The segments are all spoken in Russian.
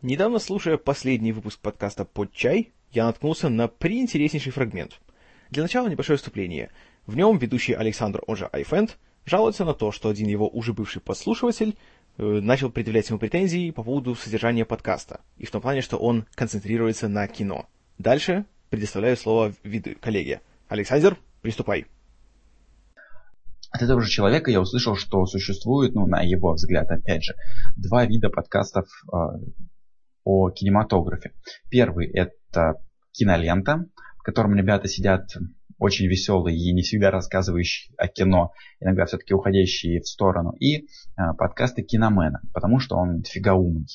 Недавно, слушая последний выпуск подкаста «Под чай», я наткнулся на преинтереснейший фрагмент. Для начала небольшое вступление. В нем ведущий Александр, он же iFend, жалуется на то, что один его уже бывший подслушиватель начал предъявлять ему претензии по поводу содержания подкаста, и в том плане, что он концентрируется на кино. Дальше предоставляю слово коллеге. Александр, приступай. От этого же человека я услышал, что существует, на его взгляд, опять же, два вида подкастов о кинематографе. Первый – это кинолента, в котором ребята сидят очень веселые и не всегда рассказывающие о кино, иногда все-таки уходящие в сторону. И подкасты киномена, потому что он дофига умный.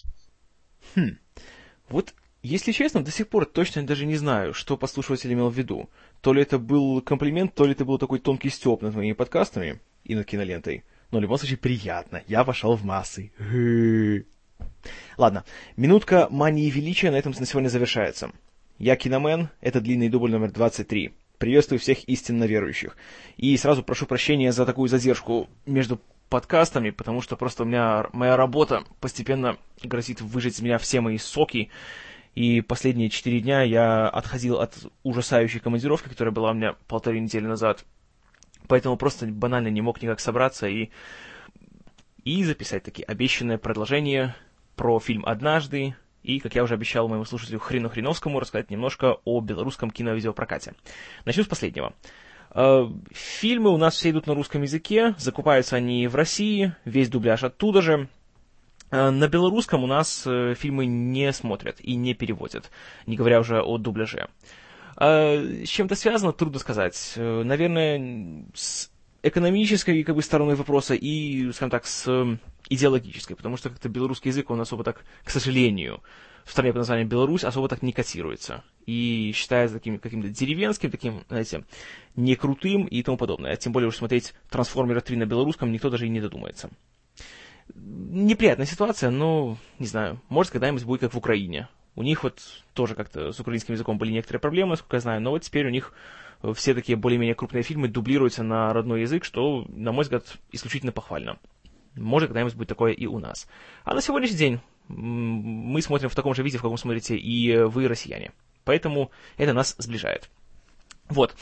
Вот, если честно, до сих пор точно даже не знаю, что послушатель имел в виду. То ли это был комплимент, то ли это был такой тонкий стёб над моими подкастами и над кинолентой. Но в любом случае приятно. Я вошел в массы. Ладно, минутка мании и величия на этом на сегодня завершается. Я киномен, это длинный дубль номер 23. Приветствую всех истинно верующих. И сразу прошу прощения за такую задержку между подкастами, потому что просто у меня моя работа постепенно грозит выжать из меня все мои соки. И последние 4 дня я отходил от ужасающей командировки, которая была у меня 1,5 недели назад. Поэтому просто банально не мог никак собраться и записать таки обещанное продолжение про фильм «Однажды», и, как я уже обещал моему слушателю Хрену Хреновскому, рассказать немножко о белорусском кино-видеопрокате. Начну с последнего. Фильмы у нас все идут на русском языке, закупаются они в России, весь дубляж оттуда же. На белорусском у нас фильмы не смотрят и не переводят, не говоря уже о дубляже. С чем это связано, трудно сказать. Наверное, с экономической стороной вопроса и, скажем так, с идеологической, потому что как-то белорусский язык, он особо так, к сожалению, в стране под названием Беларусь особо так не котируется. И считается таким каким-то деревенским, таким, знаете, не крутым и тому подобное. Тем более уж смотреть «Трансформеры 3» на белорусском никто даже и не додумается. Неприятная ситуация, но, не знаю, может, когда-нибудь будет как в Украине. У них вот тоже как-то с украинским языком были некоторые проблемы, насколько я знаю, но вот теперь у них все такие более-менее крупные фильмы дублируются на родной язык, что, на мой взгляд, исключительно похвально. Может, когда-нибудь будет такое и у нас. А на сегодняшний день мы смотрим в таком же виде, в каком смотрите и вы, россияне. Поэтому это нас сближает. Вот.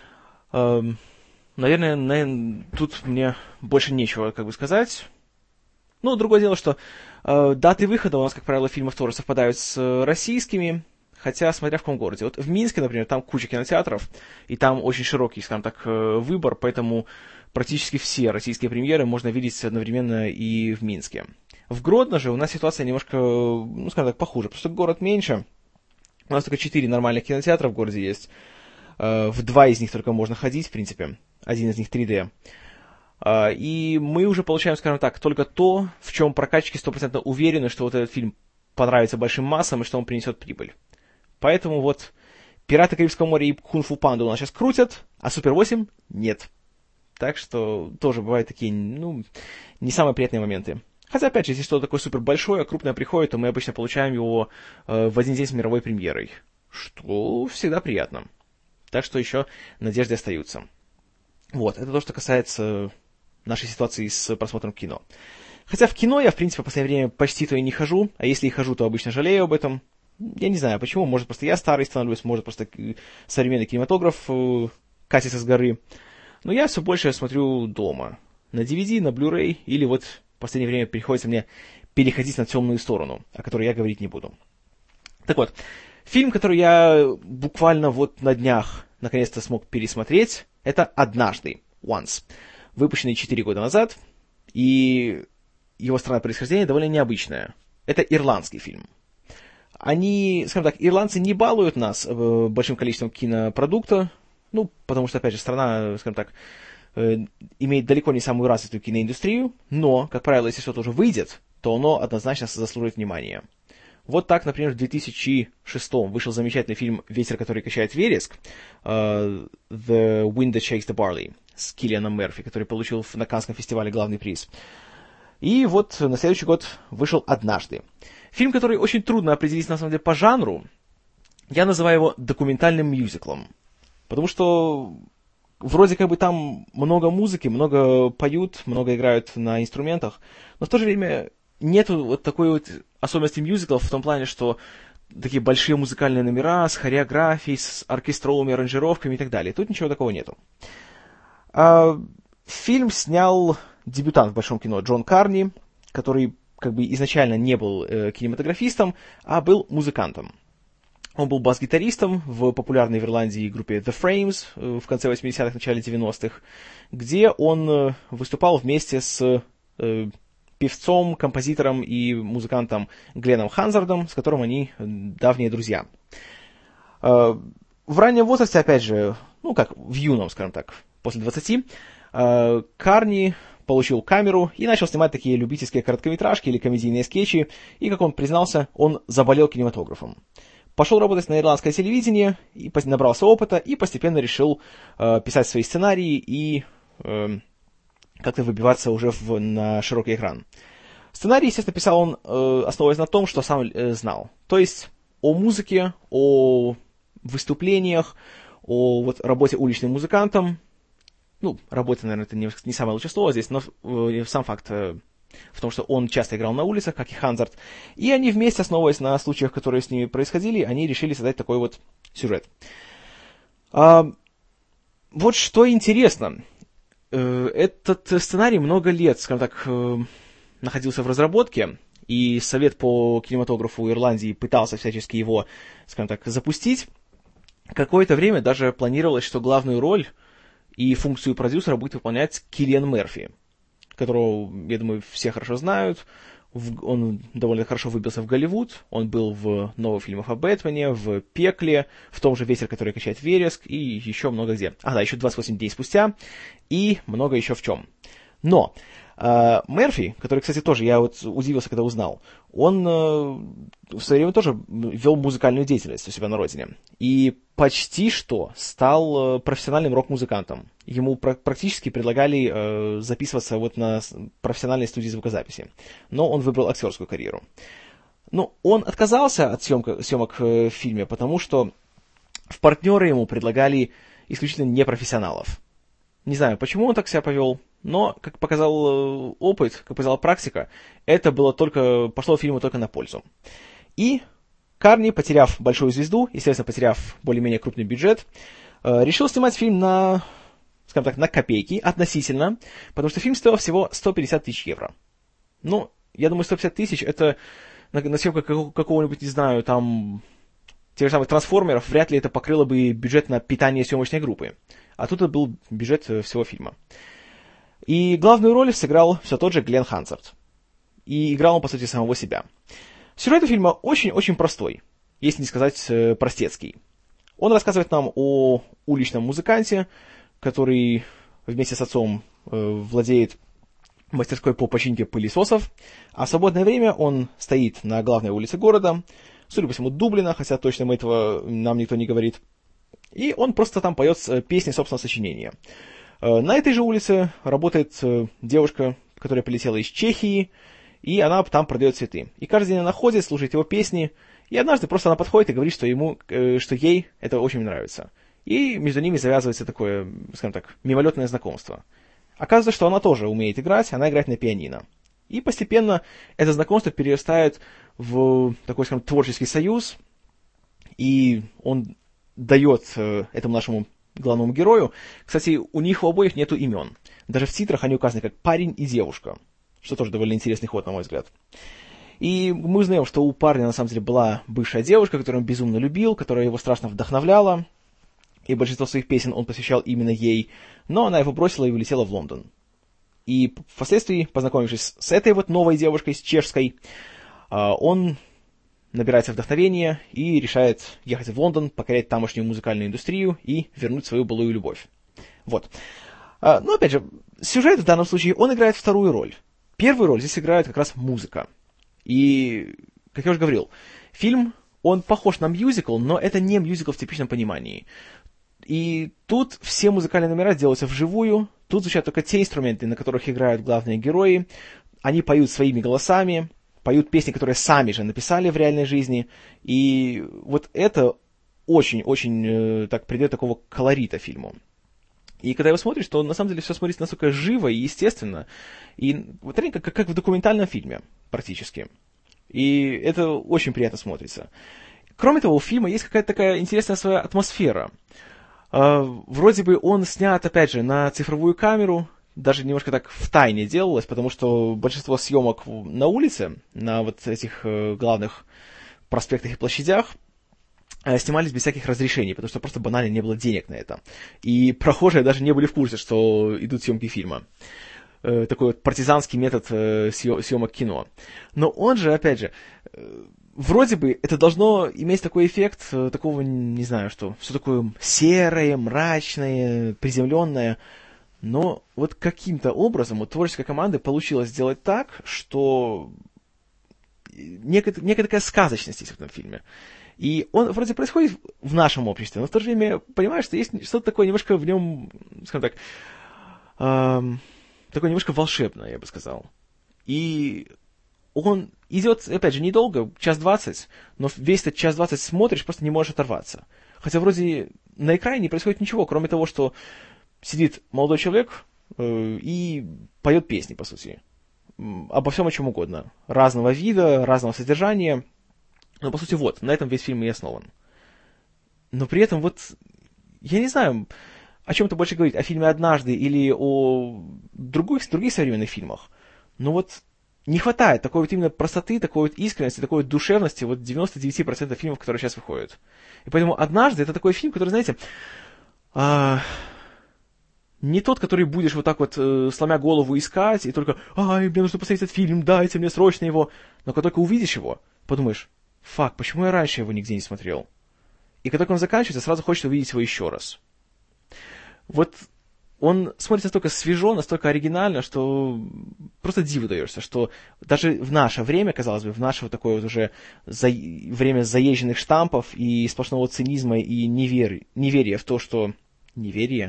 Наверное, тут мне больше нечего сказать. Ну, другое дело, что даты выхода у нас, как правило, фильмов тоже совпадают с российскими, хотя смотря в каком городе. Вот в Минске, например, там куча кинотеатров, и там очень широкий, скажем так, выбор, поэтому практически все российские премьеры можно видеть одновременно и в Минске. В Гродно же у нас ситуация немножко, скажем так, похуже, потому что город меньше. У нас только 4 нормальных кинотеатра в городе есть. В 2 из них только можно ходить, в принципе. Один из них 3D. И мы уже получаем, скажем так, только то, в чем прокатчики 100% уверены, что вот этот фильм понравится большим массам и что он принесет прибыль. Поэтому вот «Пираты Карибского моря» и «Кунг-фу панду» у нас сейчас крутят, а «Супер 8» нет. Так что тоже бывают такие, не самые приятные моменты. Хотя, опять же, если что-то такое супер большое, крупное приходит, то мы обычно получаем его в один день с мировой премьерой. Что всегда приятно. Так что еще надежды остаются. Вот, это то, что касается нашей ситуации с просмотром кино. Хотя в кино я, в принципе, в последнее время почти то и не хожу, а если и хожу, то обычно жалею об этом. Я не знаю, почему, может, просто я старый становлюсь, может, просто современный кинематограф катится с горы. Но я все больше смотрю дома. На DVD, на Blu-ray, или вот в последнее время приходится мне переходить на темную сторону, о которой я говорить не буду. Так вот, фильм, который я буквально вот на днях наконец-то смог пересмотреть, это «Однажды», «Once», выпущенный 4 года назад, и его страна происхождения довольно необычная. Это ирландский фильм. Они, скажем так, ирландцы не балуют нас большим количеством кинопродукта, потому что, опять же, страна, скажем так, имеет далеко не самую развитую киноиндустрию, но, как правило, если что-то уже выйдет, то оно однозначно заслуживает внимания. Вот так, например, в 2006 вышел замечательный фильм «Ветер, который качает вереск», «The Wind That Shakes the Barley», с Киллианом Мерфи, который получил на Каннском фестивале главный приз. И вот на следующий год вышел «Однажды». Фильм, который очень трудно определить, на самом деле, по жанру. Я называю его документальным мюзиклом. Потому что вроде как бы там много музыки, много поют, много играют на инструментах, но в то же время нету вот такой вот особенности мюзиклов в том плане, что такие большие музыкальные номера с хореографией, с оркестровыми аранжировками и так далее. Тут ничего такого нету. Фильм снял дебютант в большом кино Джон Карни, который как бы изначально не был кинематографистом, а был музыкантом. Он был бас-гитаристом в популярной в Ирландии группе The Frames в конце 80-х, начале 90-х, где он выступал вместе с певцом, композитором и музыкантом Гленном Хансардом, с которым они давние друзья. В раннем возрасте, опять же, в юном, скажем так, после 20, Карни получил камеру и начал снимать такие любительские короткометражки или комедийные скетчи, и, как он признался, он заболел кинематографом. Пошел работать на ирландское телевидение, и набрался опыта, и постепенно решил писать свои сценарии и как-то выбиваться уже на широкий экран. Сценарий, естественно, писал он, основываясь на том, что сам знал. То есть о музыке, о выступлениях, о работе уличным музыкантом. Работа, наверное, это не самое лучшее слово здесь, но сам факт в том, что он часто играл на улицах, как и Хансард. И они вместе, основываясь на случаях, которые с ними происходили, они решили создать такой вот сюжет. Вот что интересно. Этот сценарий много лет, скажем так, находился в разработке, и Совет по кинематографу Ирландии пытался всячески его, скажем так, запустить. Какое-то время даже планировалось, что главную роль и функцию продюсера будет выполнять Киллиан Мерфи, которого, я думаю, все хорошо знают. Он довольно хорошо выбился в Голливуд. Он был в новых фильмах о Бэтмене, в «Пекле», в том же «Ветер, который качает вереск» и еще много где. Еще 28 дней спустя и много еще в чем. Но Мерфи, который, кстати, тоже, я вот удивился, когда узнал, он в свое время тоже вел музыкальную деятельность у себя на родине. И почти что стал профессиональным рок-музыкантом. Ему практически предлагали записываться вот на профессиональной студии звукозаписи. Но он выбрал актерскую карьеру. Он отказался от съемок в фильме, потому что в партнеры ему предлагали исключительно непрофессионалов. Не знаю, почему он так себя повел, но, как показал опыт, как показала практика, это пошло фильму только на пользу. И Карни, потеряв большую звезду, естественно, потеряв более-менее крупный бюджет, решил снимать фильм на копейки относительно, потому что фильм стоил всего 150 тысяч евро. Я думаю, 150 тысяч это на съемку какого-нибудь, не знаю, там, тех же самых трансформеров, вряд ли это покрыло бы бюджет на питание съемочной группы. А тут это был бюджет всего фильма. И главную роль сыграл все тот же Гленн Хансард. И играл он, по сути, самого себя. Сюжет у фильма очень-очень простой, если не сказать простецкий. Он рассказывает нам о уличном музыканте, который вместе с отцом владеет мастерской по починке пылесосов, а в свободное время он стоит на главной улице города, судя по всему, Дублина, хотя точно этого нам никто не говорит, и он просто там поет песни собственного сочинения. На этой же улице работает девушка, которая прилетела из Чехии, и она там продает цветы. И каждый день она ходит, слушает его песни, и однажды просто она подходит и говорит, что ей это очень нравится. И между ними завязывается такое, скажем так, мимолетное знакомство. Оказывается, что она тоже умеет играть, она играет на пианино. И постепенно это знакомство перерастает в такой, скажем, творческий союз, и он дает этому нашему главному герою. Кстати, у них у обоих нету имен. Даже в титрах они указаны как парень и девушка, что тоже довольно интересный ход, на мой взгляд. И мы узнаем, что у парня на самом деле была бывшая девушка, которую он безумно любил, которая его страшно вдохновляла, и большинство своих песен он посвящал именно ей, но она его бросила и улетела в Лондон. И впоследствии, познакомившись с этой вот новой девушкой, с чешской, он набирается вдохновения и решает ехать в Лондон, покорять тамошнюю музыкальную индустрию и вернуть свою былую любовь. Вот. Но, опять же, сюжет в данном случае, он играет вторую роль. Первую роль здесь играет как раз музыка. И, как я уже говорил, фильм, он похож на мюзикл, но это не мюзикл в типичном понимании. И тут все музыкальные номера делаются вживую, тут звучат только те инструменты, на которых играют главные герои, они поют своими голосами, поют песни, которые сами же написали в реальной жизни, и вот это очень-очень так придает такого колорита фильму. И когда его смотришь, то на самом деле все смотрится настолько живо и естественно, и вот как в документальном фильме практически. И это очень приятно смотрится. Кроме того, у фильма есть какая-то такая интересная своя атмосфера. Вроде бы он снят, опять же, на цифровую камеру, даже немножко так втайне делалось, потому что большинство съемок на улице, на вот этих главных проспектах и площадях, снимались без всяких разрешений, потому что просто банально не было денег на это. И прохожие даже не были в курсе, что идут съемки фильма. Такой вот партизанский метод съемок кино. Но он же, опять же, вроде бы это должно иметь такой эффект такого, не знаю, что такое серое, мрачное, приземленное. Но вот каким-то образом у творческой команды получилось сделать так, что некая такая сказочность есть в этом фильме. И он вроде происходит в нашем обществе, но в то же время понимаешь, что есть что-то такое немножко в нем, скажем так, такое немножко волшебное, я бы сказал. И он идет, опять же, недолго, 1:20, но весь этот 1:20 смотришь, просто не можешь оторваться. Хотя вроде на экране не происходит ничего, кроме того, что сидит молодой человек и поет песни, по сути. Обо всем, о чем угодно. Разного вида, разного содержания. Но, по сути, вот, на этом весь фильм и основан. Но при этом вот, я не знаю, о чем-то больше говорить, о фильме «Однажды» или о других современных фильмах. Но вот не хватает такой вот именно простоты, такой вот искренности, такой вот душевности вот 99% фильмов, которые сейчас выходят. И поэтому «Однажды» — это такой фильм, который, знаете, не тот, который будешь вот так вот, сломя голову, искать, и только «Ай, мне нужно посмотреть этот фильм, дайте мне срочно его». Но когда только увидишь его, подумаешь, фак, почему я раньше его нигде не смотрел? И когда он заканчивается, сразу хочется увидеть его еще раз. Вот он смотрится настолько свежо, настолько оригинально, что просто диву даешься, что даже в наше время, казалось бы, в наше вот такое вот уже время заезженных штампов и сплошного цинизма и неверия в то, что... Неверие?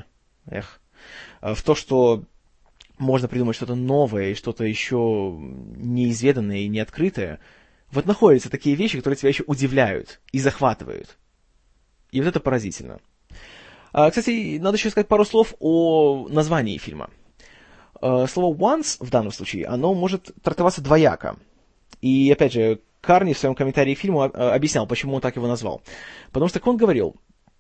В то, что можно придумать что-то новое и что-то еще неизведанное и неоткрытое, вот находятся такие вещи, которые тебя еще удивляют и захватывают. И вот это поразительно. Кстати, надо еще сказать пару слов о названии фильма. Слово «once» в данном случае, оно может трактоваться двояко. И, опять же, Карни в своем комментарии к фильму объяснял, почему он так его назвал. Потому что, как он говорил,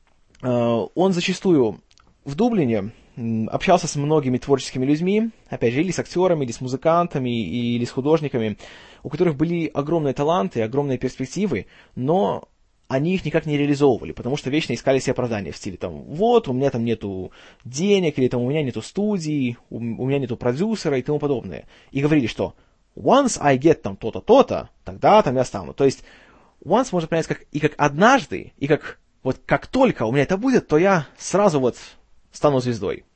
он зачастую в Дублине общался с многими творческими людьми, опять же, или с актерами, или с музыкантами, или с художниками, у которых были огромные таланты, огромные перспективы, но они их никак не реализовывали, потому что вечно искали себе оправдания в стиле там, вот, у меня там нету денег, или там у меня нету студии, у меня нету продюсера и тому подобное. И говорили, что once I get там то-то, то-то, тогда там я стану. То есть once можно понять как однажды, и как вот как только у меня это будет, то я сразу вот стану звездой.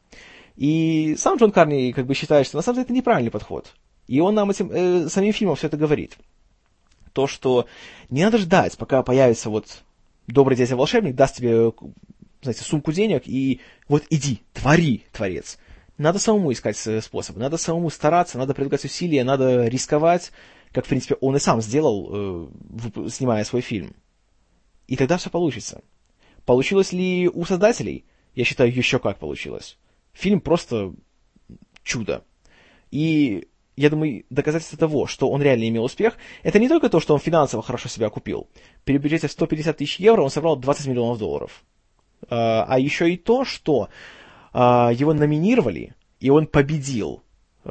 И сам Джон Карни как бы считает, что на самом деле это неправильный подход. И он нам этим самим фильмом все это говорит. То, что не надо ждать, пока появится вот добрый дядя-волшебник, даст тебе, знаете, сумку денег, и вот иди, твори, творец. Надо самому искать способы, надо самому стараться, надо прилагать усилия, надо рисковать, как, в принципе, он и сам сделал, снимая свой фильм. И тогда все получится. Получилось ли у создателей? Я считаю, еще как получилось. Фильм просто чудо. И я думаю, доказательство того, что он реально имел успех, это не только то, что он финансово хорошо себя окупил. При бюджете в 150 тысяч евро он собрал 20 миллионов долларов. А еще и то, что его номинировали, и он победил.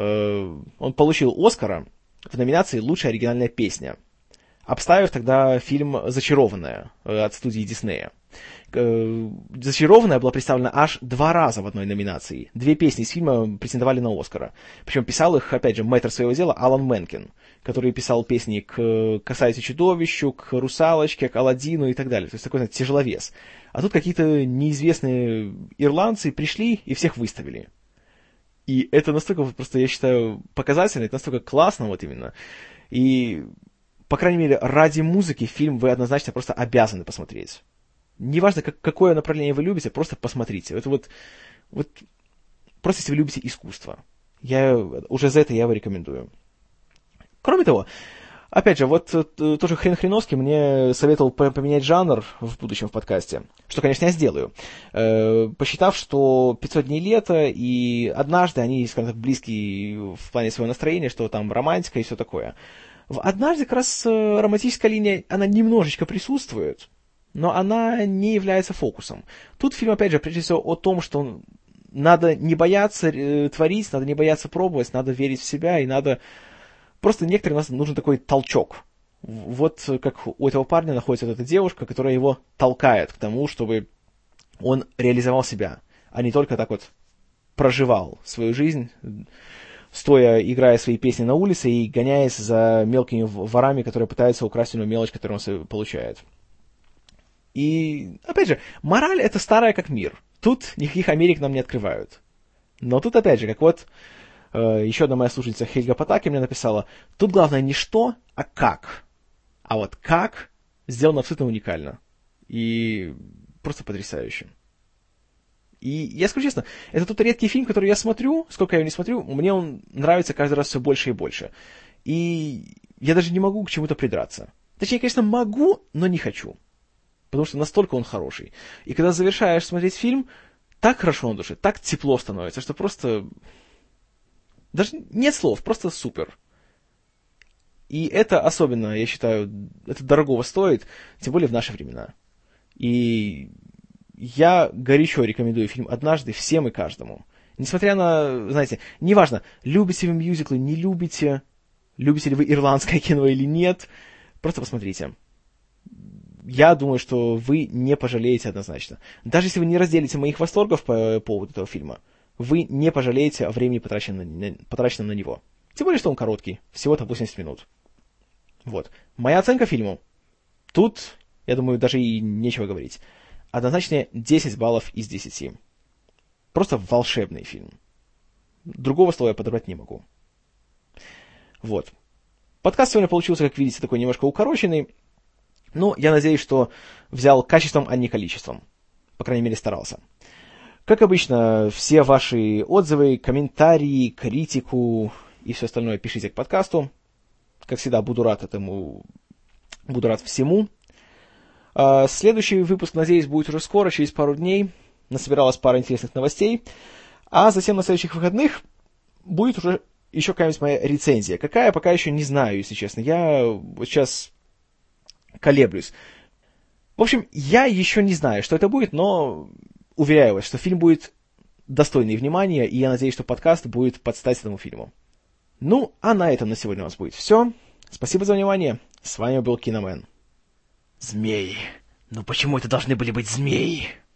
Он получил Оскара в номинации «Лучшая оригинальная песня», обставив тогда фильм «Зачарованная» от студии Диснея. «Зачарованная» была представлена аж 2 раза в одной номинации. 2 песни из фильма претендовали на Оскара. Причем писал их, опять же, мэтр своего дела Алан Менкен, который писал песни к «Красавице чудовищу», к «Русалочке», к «Аладдину» и так далее. То есть такой, знаете, тяжеловес. А тут какие-то неизвестные ирландцы пришли и всех выставили. И это настолько, просто, я считаю, показательно, это настолько классно вот именно. И, по крайней мере, ради музыки фильм вы однозначно просто обязаны посмотреть. Неважно, какое направление вы любите, просто посмотрите. Это вот просто если вы любите искусство. Уже за это я его рекомендую. Кроме того, опять же, вот тоже Хрен Хреновский мне советовал поменять жанр в будущем в подкасте. Что, конечно, я сделаю. Посчитав, что 500 дней лета и однажды они, скажем так, близки в плане своего настроения, что там романтика и все такое. В «Однажды» как раз романтическая линия, она немножечко присутствует, но она не является фокусом. Тут фильм, опять же, прежде всего о том, что надо не бояться творить, надо не бояться пробовать, надо верить в себя, и надо... Просто некоторым у нас нужен такой толчок. Вот как у этого парня находится вот эта девушка, которая его толкает к тому, чтобы он реализовал себя, а не только так вот проживал свою жизнь, стоя, играя свои песни на улице и гоняясь за мелкими ворами, которые пытаются украсть у него мелочь, которую он получает. И, опять же, мораль — это старая как мир. Тут никаких Америк нам не открывают. Но тут, опять же, как вот еще одна моя слушательница Хельга Потаки мне написала, тут главное не что, а как. А вот как сделано абсолютно уникально. И просто потрясающе. И я скажу честно, это тот редкий фильм, который я смотрю, сколько я его не смотрю, мне он нравится каждый раз все больше и больше. И я даже не могу к чему-то придраться. Точнее, конечно, могу, но не хочу. Потому что настолько он хороший. И когда завершаешь смотреть фильм, так хорошо на душе, так тепло становится, что просто... Даже нет слов, просто супер. И это особенно, я считаю, это дорогого стоит, тем более в наши времена. И я горячо рекомендую фильм «Однажды» всем и каждому. Несмотря на, знаете, неважно, любите вы мюзиклы, не любите, любите ли вы ирландское кино или нет, просто посмотрите. Я думаю, что вы не пожалеете однозначно. Даже если вы не разделите моих восторгов по поводу этого фильма, вы не пожалеете о времени, потраченном на него. Тем более, что он короткий, всего-то 80 минут. Вот. Моя оценка фильму. Тут, я думаю, даже и нечего говорить. Однозначно 10 баллов из 10. Просто волшебный фильм. Другого слова я подобрать не могу. Вот. Подкаст сегодня получился, как видите, такой немножко укороченный. Но я надеюсь, что взял качеством, а не количеством. По крайней мере, старался. Как обычно, все ваши отзывы, комментарии, критику и все остальное пишите к подкасту. Как всегда, буду рад этому, буду рад всему. Следующий выпуск, надеюсь, будет уже скоро, через пару дней. Насобиралась пара интересных новостей. А затем на следующих выходных будет уже еще какая-нибудь моя рецензия. Какая, пока еще не знаю, если честно. Я вот сейчас колеблюсь. В общем, я еще не знаю, что это будет, но уверяю вас, что фильм будет достойный внимания, и я надеюсь, что подкаст будет под стать этому фильму. Ну, а на этом на сегодня у нас будет все. Спасибо за внимание. С вами был Киномен. Змеи. Ну почему это должны были быть змеи?